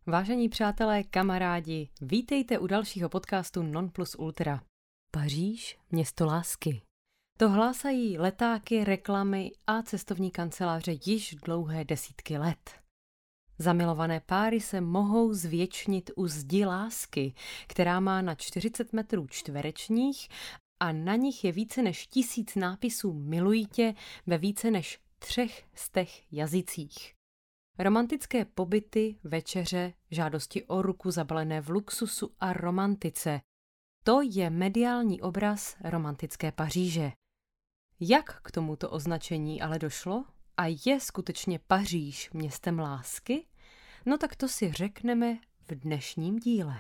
Vážení přátelé, kamarádi, vítejte u dalšího podcastu Non Plus Ultra. Paříž, město lásky. To hlásají letáky, reklamy a cestovní kanceláře již dlouhé desítky let. Zamilované páry se mohou zvěčnit u zdi lásky, která má na 40 metrů čtverečních a na nich je více než 1000 nápisů miluji tě ve více než 300 jazycích. Romantické pobyty, večeře, žádosti o ruku zabalené v luxusu a romantice. To je mediální obraz romantické Paříže. Jak k tomuto označení ale došlo? A je skutečně Paříž městem lásky? No tak to si řekneme v dnešním díle.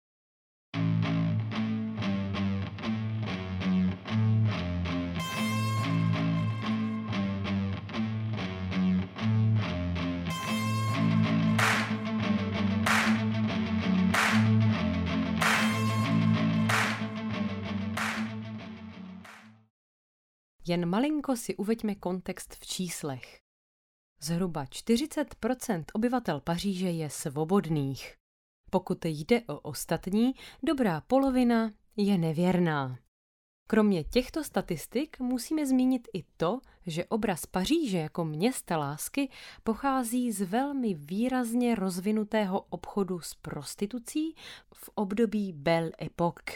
Jen malinko si uveďme kontext v číslech. Zhruba 40% obyvatel Paříže je svobodných. Pokud jde o ostatní, dobrá polovina je nevěrná. Kromě těchto statistik musíme zmínit i to, že obraz Paříže jako města lásky pochází z velmi výrazně rozvinutého obchodu s prostitucí v období Belle Époque.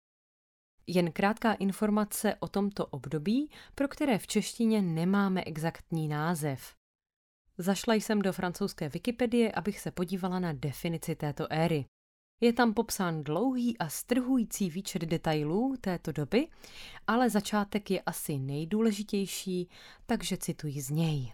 Jen krátká informace o tomto období, pro které v češtině nemáme exaktní název. Zašla jsem do francouzské Wikipedie, abych se podívala na definici této éry. Je tam popsán dlouhý a strhující výčet detailů této doby, ale začátek je asi nejdůležitější, takže cituji z něj.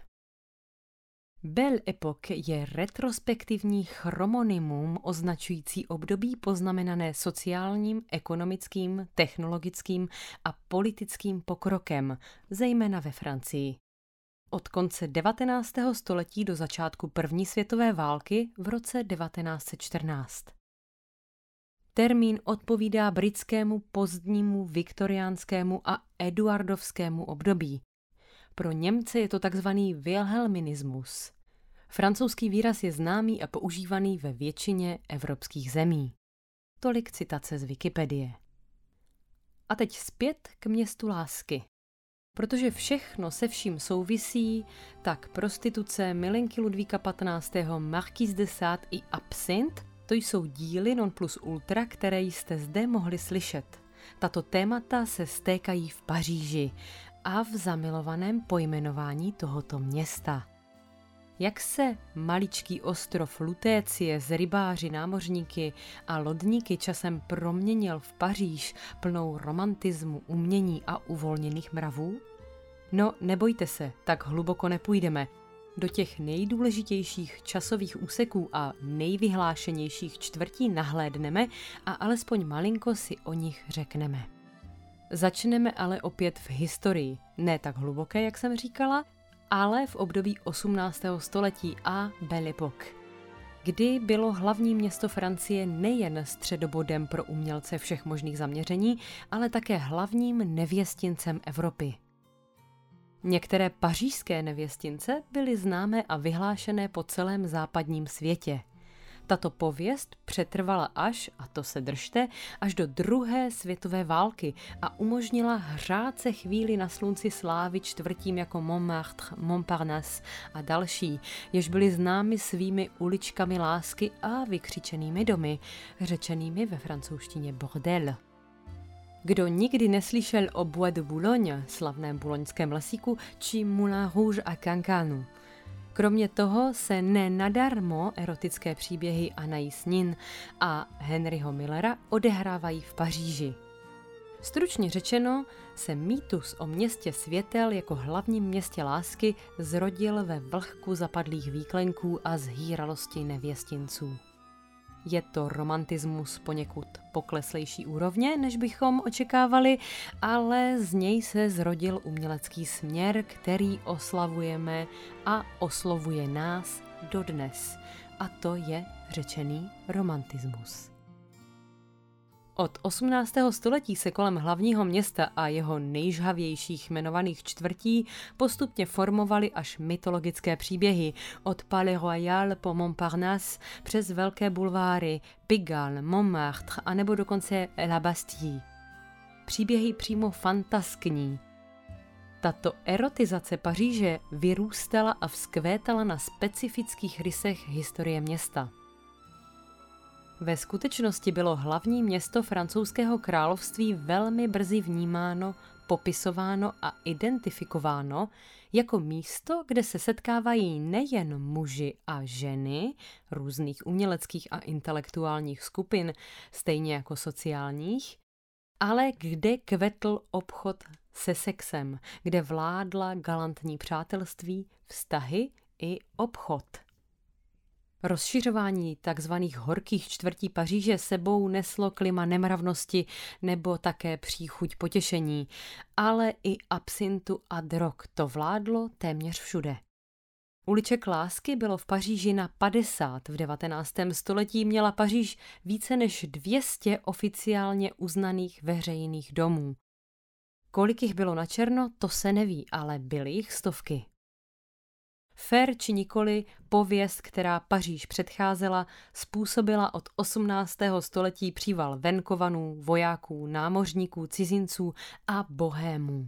Belle Époque je retrospektivní chromonymum označující období poznamenané sociálním, ekonomickým, technologickým a politickým pokrokem, zejména ve Francii. Od konce 19. století do začátku první světové války v roce 1914. Termín odpovídá britskému pozdnímu viktoriánskému a eduardovskému období. Pro Němce je to takzvaný wilhelminismus. Francouzský výraz je známý a používaný ve většině evropských zemí. Tolik citace z Wikipedie. A teď zpět k městu lásky. Protože všechno se vším souvisí, tak prostituce, milenky Ludvíka XV., Marquise de Sade i Absinthe, to jsou díly Non Plus Ultra, které jste zde mohli slyšet. Tato témata se stékají v Paříži a v zamilovaném pojmenování tohoto města. Jak se maličký ostrov Lutécie z rybáři, námořníky a lodníky časem proměnil v Paříž plnou romantismu, umění a uvolněných mravů? No, nebojte se, tak hluboko nepůjdeme. Do těch nejdůležitějších časových úseků a nejvyhlášenějších čtvrtí nahlédneme a alespoň malinko si o nich řekneme. Začneme ale opět v historii, ne tak hluboké, jak jsem říkala, ale v období 18. století a Belle Époque, kdy bylo hlavní město Francie nejen středobodem pro umělce všech možných zaměření, ale také hlavním nevěstincem Evropy. Některé pařížské nevěstince byly známé a vyhlášené po celém západním světě. Tato pověst přetrvala a to se držte, až do druhé světové války a umožnila hřát se chvíli na slunci slávy čtvrtím jako Montmartre, Montparnasse a další, jež byly známy svými uličkami lásky a vykřičenými domy, řečenými ve francouzštině bordel. Kdo nikdy neslyšel o Bois de Boulogne, slavném buloňském lesíku, či Moulin Rouge a Cancanu. Kromě toho se nenadarmo erotické příběhy Anaïs Nin a Henryho Millera odehrávají v Paříži. Stručně řečeno se mýtus o městě světel jako hlavním městě lásky zrodil ve vlhku zapadlých výklenků a zhýralosti nevěstinců. Je to romantismus poněkud pokleslejší úrovně, než bychom očekávali, ale z něj se zrodil umělecký směr, který oslavujeme a oslovuje nás dodnes. A to je řečený romantismus. Od 18. století se kolem hlavního města a jeho nejžhavějších jmenovaných čtvrtí postupně formovaly až mytologické příběhy, od Palais Royal po Montparnasse přes velké bulváry, Pigalle, Montmartre a nebo dokonce La Bastille. Příběhy přímo fantaskní. Tato erotizace Paříže vyrůstala a vzkvétala na specifických rysech historie města. Ve skutečnosti bylo hlavní město francouzského království velmi brzy vnímáno, popisováno a identifikováno jako místo, kde se setkávají nejen muži a ženy různých uměleckých a intelektuálních skupin, stejně jako sociálních, ale kde kvetl obchod se sexem, kde vládla galantní přátelství, vztahy i obchod. Rozšiřování tzv. Horkých čtvrtí Paříže sebou neslo klima nemravnosti nebo také příchuť potěšení, ale i absintu a drog to vládlo téměř všude. Uliček lásky bylo v Paříži na 50. V 19. století měla Paříž více než 200 oficiálně uznaných veřejných domů. Kolik jich bylo na černo, to se neví, ale byly jich stovky. Fér či nikoli, pověst, která Paříž předcházela, způsobila od 18. století příval venkovanů, vojáků, námořníků, cizinců a bohémů.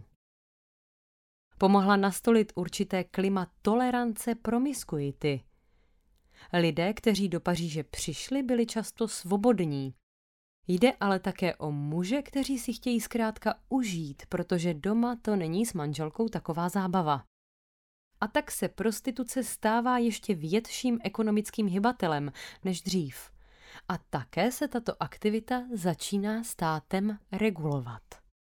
Pomohla nastolit určité klima tolerance promiskuity. Lidé, kteří do Paříže přišli, byli často svobodní. Jde ale také o muže, kteří si chtějí zkrátka užít, protože doma to není s manželkou taková zábava. A tak se prostituce stává ještě větším ekonomickým hybatelem než dřív. A také se tato aktivita začíná státem regulovat.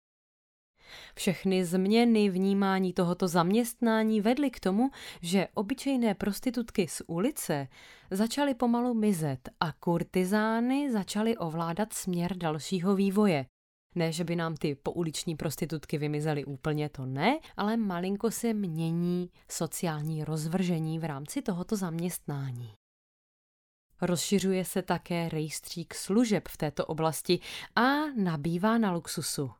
Všechny změny vnímání tohoto zaměstnání vedly k tomu, že obyčejné prostitutky z ulice začaly pomalu mizet a kurtizány začaly ovládat směr dalšího vývoje. Ne, že by nám ty pouliční prostitutky vymizely úplně, to ne, ale malinko se mění sociální rozvržení v rámci tohoto zaměstnání. Rozšiřuje se také rejstřík služeb v této oblasti a nabývá na luxusu.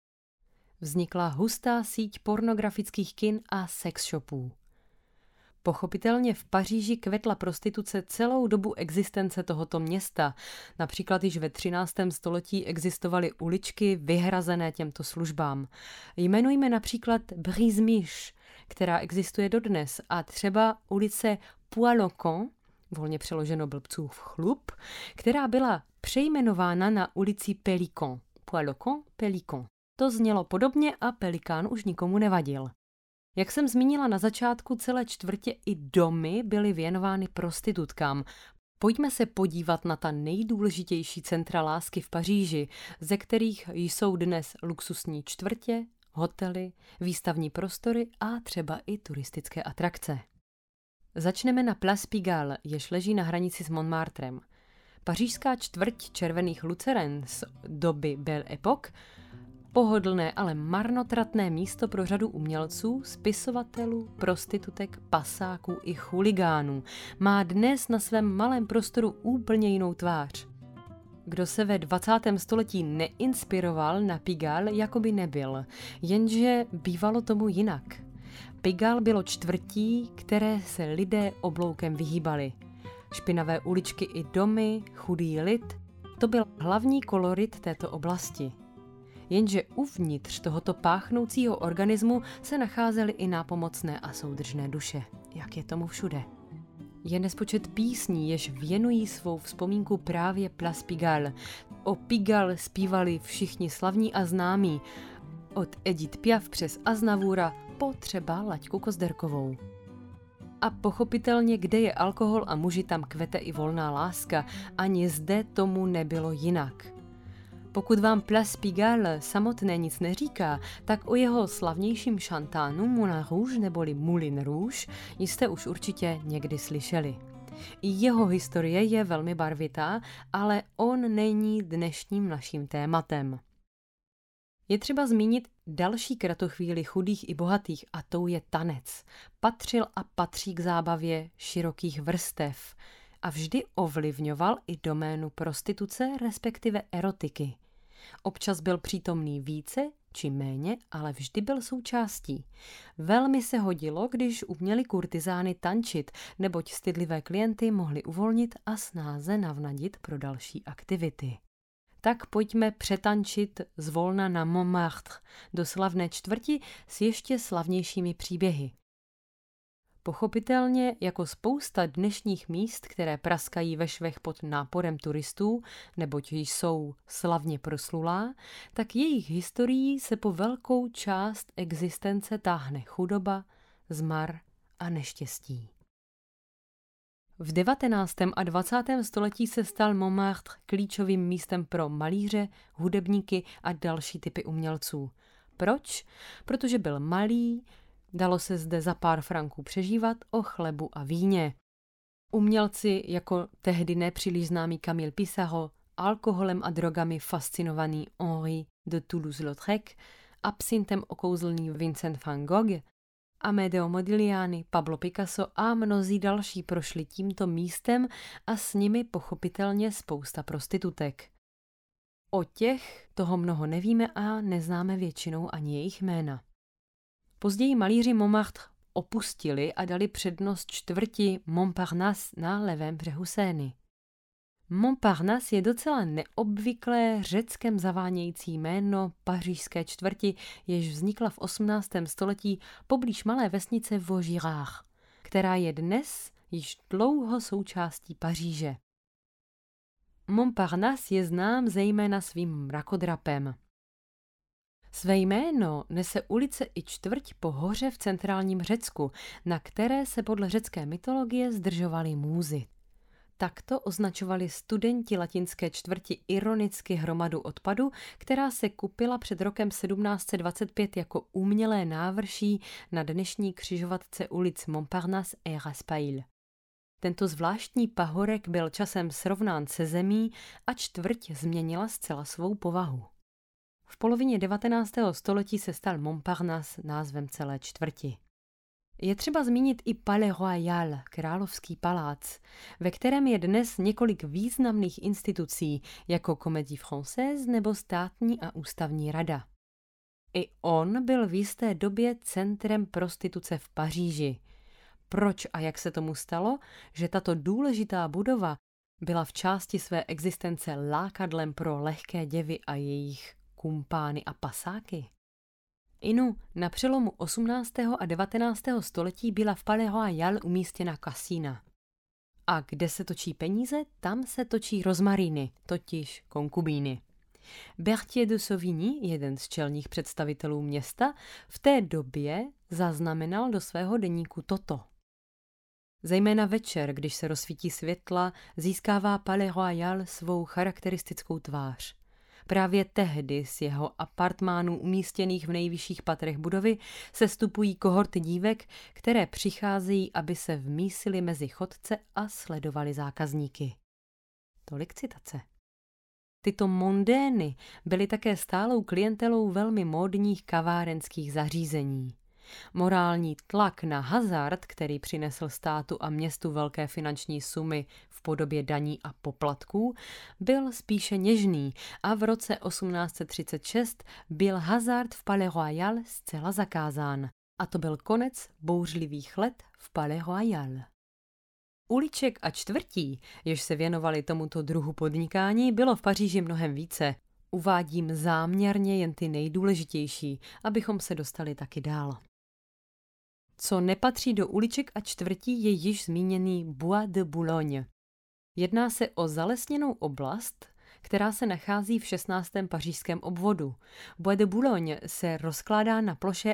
Vznikla hustá síť pornografických kin a sex shopů. Pochopitelně v Paříži kvetla prostituce celou dobu existence tohoto města. Například již ve 13. století existovaly uličky vyhrazené těmto službám. Jmenujme například Brise-Miche, která existuje dodnes, a třeba ulice Poil-au-Con, volně přeloženo blbcův chlup, která byla přejmenována na ulici Pélicon. Poil-au-Con, Pélicon. To znělo podobně a Pelikán už nikomu nevadil. Jak jsem zmínila na začátku, celé čtvrtě i domy byly věnovány prostitutkám. Pojďme se podívat na ta nejdůležitější centra lásky v Paříži, ze kterých jsou dnes luxusní čtvrtě, hotely, výstavní prostory a třeba i turistické atrakce. Začneme na Place Pigalle, jež leží na hranici s Montmartrem. Pařížská čtvrť červených luceren z doby Belle Époque, pohodlné, ale marnotratné místo pro řadu umělců, spisovatelů, prostitutek, pasáků i chuligánů, má dnes na svém malém prostoru úplně jinou tvář. Kdo se ve 20. století neinspiroval na Pigalle, jako by nebyl, jenže bývalo tomu jinak. Pigalle bylo čtvrtí, které se lidé obloukem vyhýbali. Špinavé uličky i domy, chudý lid, to byl hlavní kolorit této oblasti. Jenže uvnitř tohoto páchnoucího organismu se nacházely i nápomocné a soudržné duše, jak je tomu všude. Je nespočet písní, jež věnují svou vzpomínku právě Place Pigalle. O Pigalle zpívali všichni slavní a známí, od Edith Piaf přes Aznavoura po třeba Laďku Kozderkovou. A pochopitelně, kde je alkohol a muži, tam kvete i volná láska, ani zde tomu nebylo jinak. Pokud vám Place Pigalle samotné nic neříká, tak o jeho slavnějším šantánu Moulin Rouge neboli Moulin Rouge jste už určitě někdy slyšeli. I jeho historie je velmi barvitá, ale on není dnešním naším tématem. Je třeba zmínit další kratochvíli chudých i bohatých a tou je tanec. Patřil a patří k zábavě širokých vrstev a vždy ovlivňoval i doménu prostituce, respektive erotiky. Občas byl přítomný více či méně, ale vždy byl součástí. Velmi se hodilo, když uměli kurtizány tančit, neboť stydlivé klienty mohli uvolnit a snáze navnadit pro další aktivity. Tak pojďme přetančit zvolna na Montmartre, do slavné čtvrti s ještě slavnějšími příběhy. Pochopitelně, jako spousta dnešních míst, které praskají ve švech pod náporem turistů, neboť jsou slavně proslulá, tak jejich historií se po velkou část existence táhne chudoba, zmar a neštěstí. V 19. a 20. století se stal Montmartre klíčovým místem pro malíře, hudebníky a další typy umělců. Proč? Protože byl malý, dalo se zde za pár franků přežívat o chlebu a víně. Umělci jako tehdy nepříliš známý Camille Pissarro, alkoholem a drogami fascinovaný Henri de Toulouse-Lautrec, absintem okouzlený Vincent van Gogh, Amedeo Modigliani, Pablo Picasso a mnozí další prošli tímto místem a s nimi pochopitelně spousta prostitutek. O těch toho mnoho nevíme a neznáme většinou ani jejich jména. Později malíři Montmartre opustili a dali přednost čtvrti Montparnasse na levém břehu Seiny. Montparnasse je docela neobvyklé řeckém zavánějící jméno pařížské čtvrti, jež vznikla v 18. století poblíž malé vesnice Vaugirard, která je dnes již dlouho součástí Paříže. Montparnasse je znám zejména svým mrakodrapem. Své jméno nese ulice i čtvrť po hoře v centrálním Řecku, na které se podle řecké mytologie zdržovaly můzy. Takto označovali studenti latinské čtvrti ironicky hromadu odpadu, která se kupila před rokem 1725 jako umělé návrší na dnešní křižovatce ulic Montparnasse a Raspail. Tento zvláštní pahorek byl časem srovnán se zemí a čtvrť změnila zcela svou povahu. V polovině 19. století se stal Montparnasse názvem celé čtvrti. Je třeba zmínit i Palais Royal, královský palác, ve kterém je dnes několik významných institucí, jako Comédie Française nebo státní a ústavní rada. I on byl v jisté době centrem prostituce v Paříži. Proč a jak se tomu stalo, že tato důležitá budova byla v části své existence lákadlem pro lehké děvy a jejich kumpány a pasáky? Na přelomu 18. a 19. století byla v Palais Royal umístěna kasína. A kde se točí peníze, tam se točí rozmaríny, totiž konkubíny. Berthier de Sauvigny, jeden z čelních představitelů města, v té době zaznamenal do svého deníku toto. Zejména večer, když se rozsvítí světla, získává Palais Royal svou charakteristickou tvář. Právě tehdy z jeho apartmánů umístěných v nejvyšších patrech budovy sestupují kohorty dívek, které přicházejí, aby se vmísily mezi chodce a sledovali zákazníky. Tolik citace. Tyto mondény byly také stálou klientelou velmi módních kavárenských zařízení. Morální tlak na hazard, který přinesl státu a městu velké finanční sumy v podobě daní a poplatků, byl spíše něžný a v roce 1836 byl hazard v Palais Royal zcela zakázán. A to byl konec bouřlivých let v Palais Royal. Uliček a čtvrtí, jež se věnovali tomuto druhu podnikání, bylo v Paříži mnohem více. Uvádím záměrně jen ty nejdůležitější, abychom se dostali taky dál. Co nepatří do uliček a čtvrtí, je již zmíněný Bois de Boulogne. Jedná se o zalesněnou oblast, která se nachází v 16. pařížském obvodu. Bois de Boulogne se rozkládá na ploše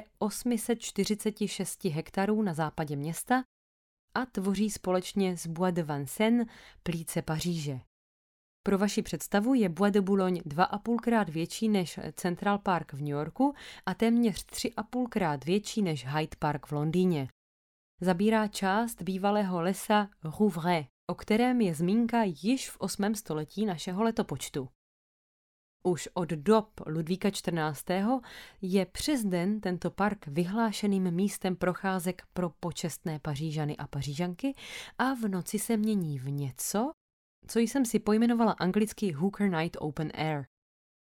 846 hektarů na západě města a tvoří společně s Bois de Vincennes plíce Paříže. Pro vaši představu je Bois de Boulogne 2,5krát větší než Central Park v New Yorku a téměř 3,5krát větší než Hyde Park v Londýně. Zabírá část bývalého lesa Rouvray, o kterém je zmínka již v 8. století našeho letopočtu. Už od dob Ludvíka XIV. Je přes den tento park vyhlášeným místem procházek pro počestné Pařížany a Pařížanky a v noci se mění v něco, co jsem si pojmenovala anglicky Hooker Night Open Air.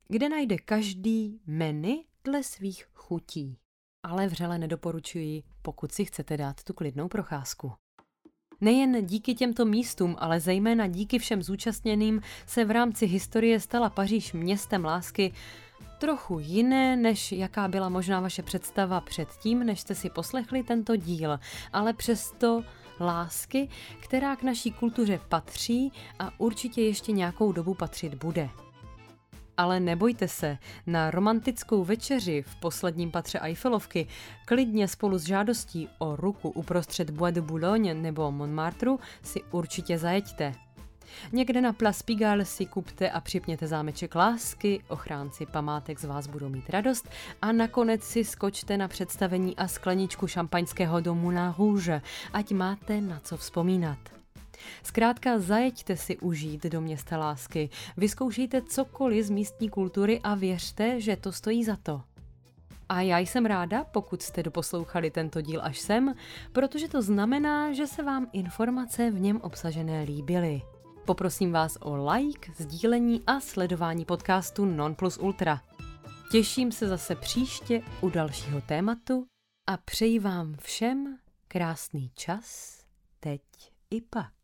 kde najde každý menu dle svých chutí. Ale vřele nedoporučuji, pokud si chcete dát tu klidnou procházku. Nejen díky těmto místům, ale zejména díky všem zúčastněným se v rámci historie stala Paříž městem lásky trochu jiné, než jaká byla možná vaše představa předtím, než jste si poslechli tento díl, ale přesto lásky, která k naší kultuře patří a určitě ještě nějakou dobu patřit bude. Ale nebojte se, na romantickou večeři v posledním patře Eiffelovky klidně spolu s žádostí o ruku uprostřed Bois de Boulogne nebo Montmartru si určitě zajeďte. Někde na Place Pigalle si kupte a připněte zámeček lásky, ochránci památek z vás budou mít radost a nakonec si skočte na představení a skleničku šampaňského do Moulin Rouge, ať máte na co vzpomínat. Zkrátka zajeďte si užít do města lásky, vyzkoušejte cokoliv z místní kultury a věřte, že to stojí za to. A já jsem ráda, pokud jste doposlouchali tento díl až sem, protože to znamená, že se vám informace v něm obsažené líbily. Poprosím vás o like, sdílení a sledování podcastu Non Plus Ultra. Těším se zase příště u dalšího tématu a přeji vám všem krásný čas, teď i pak.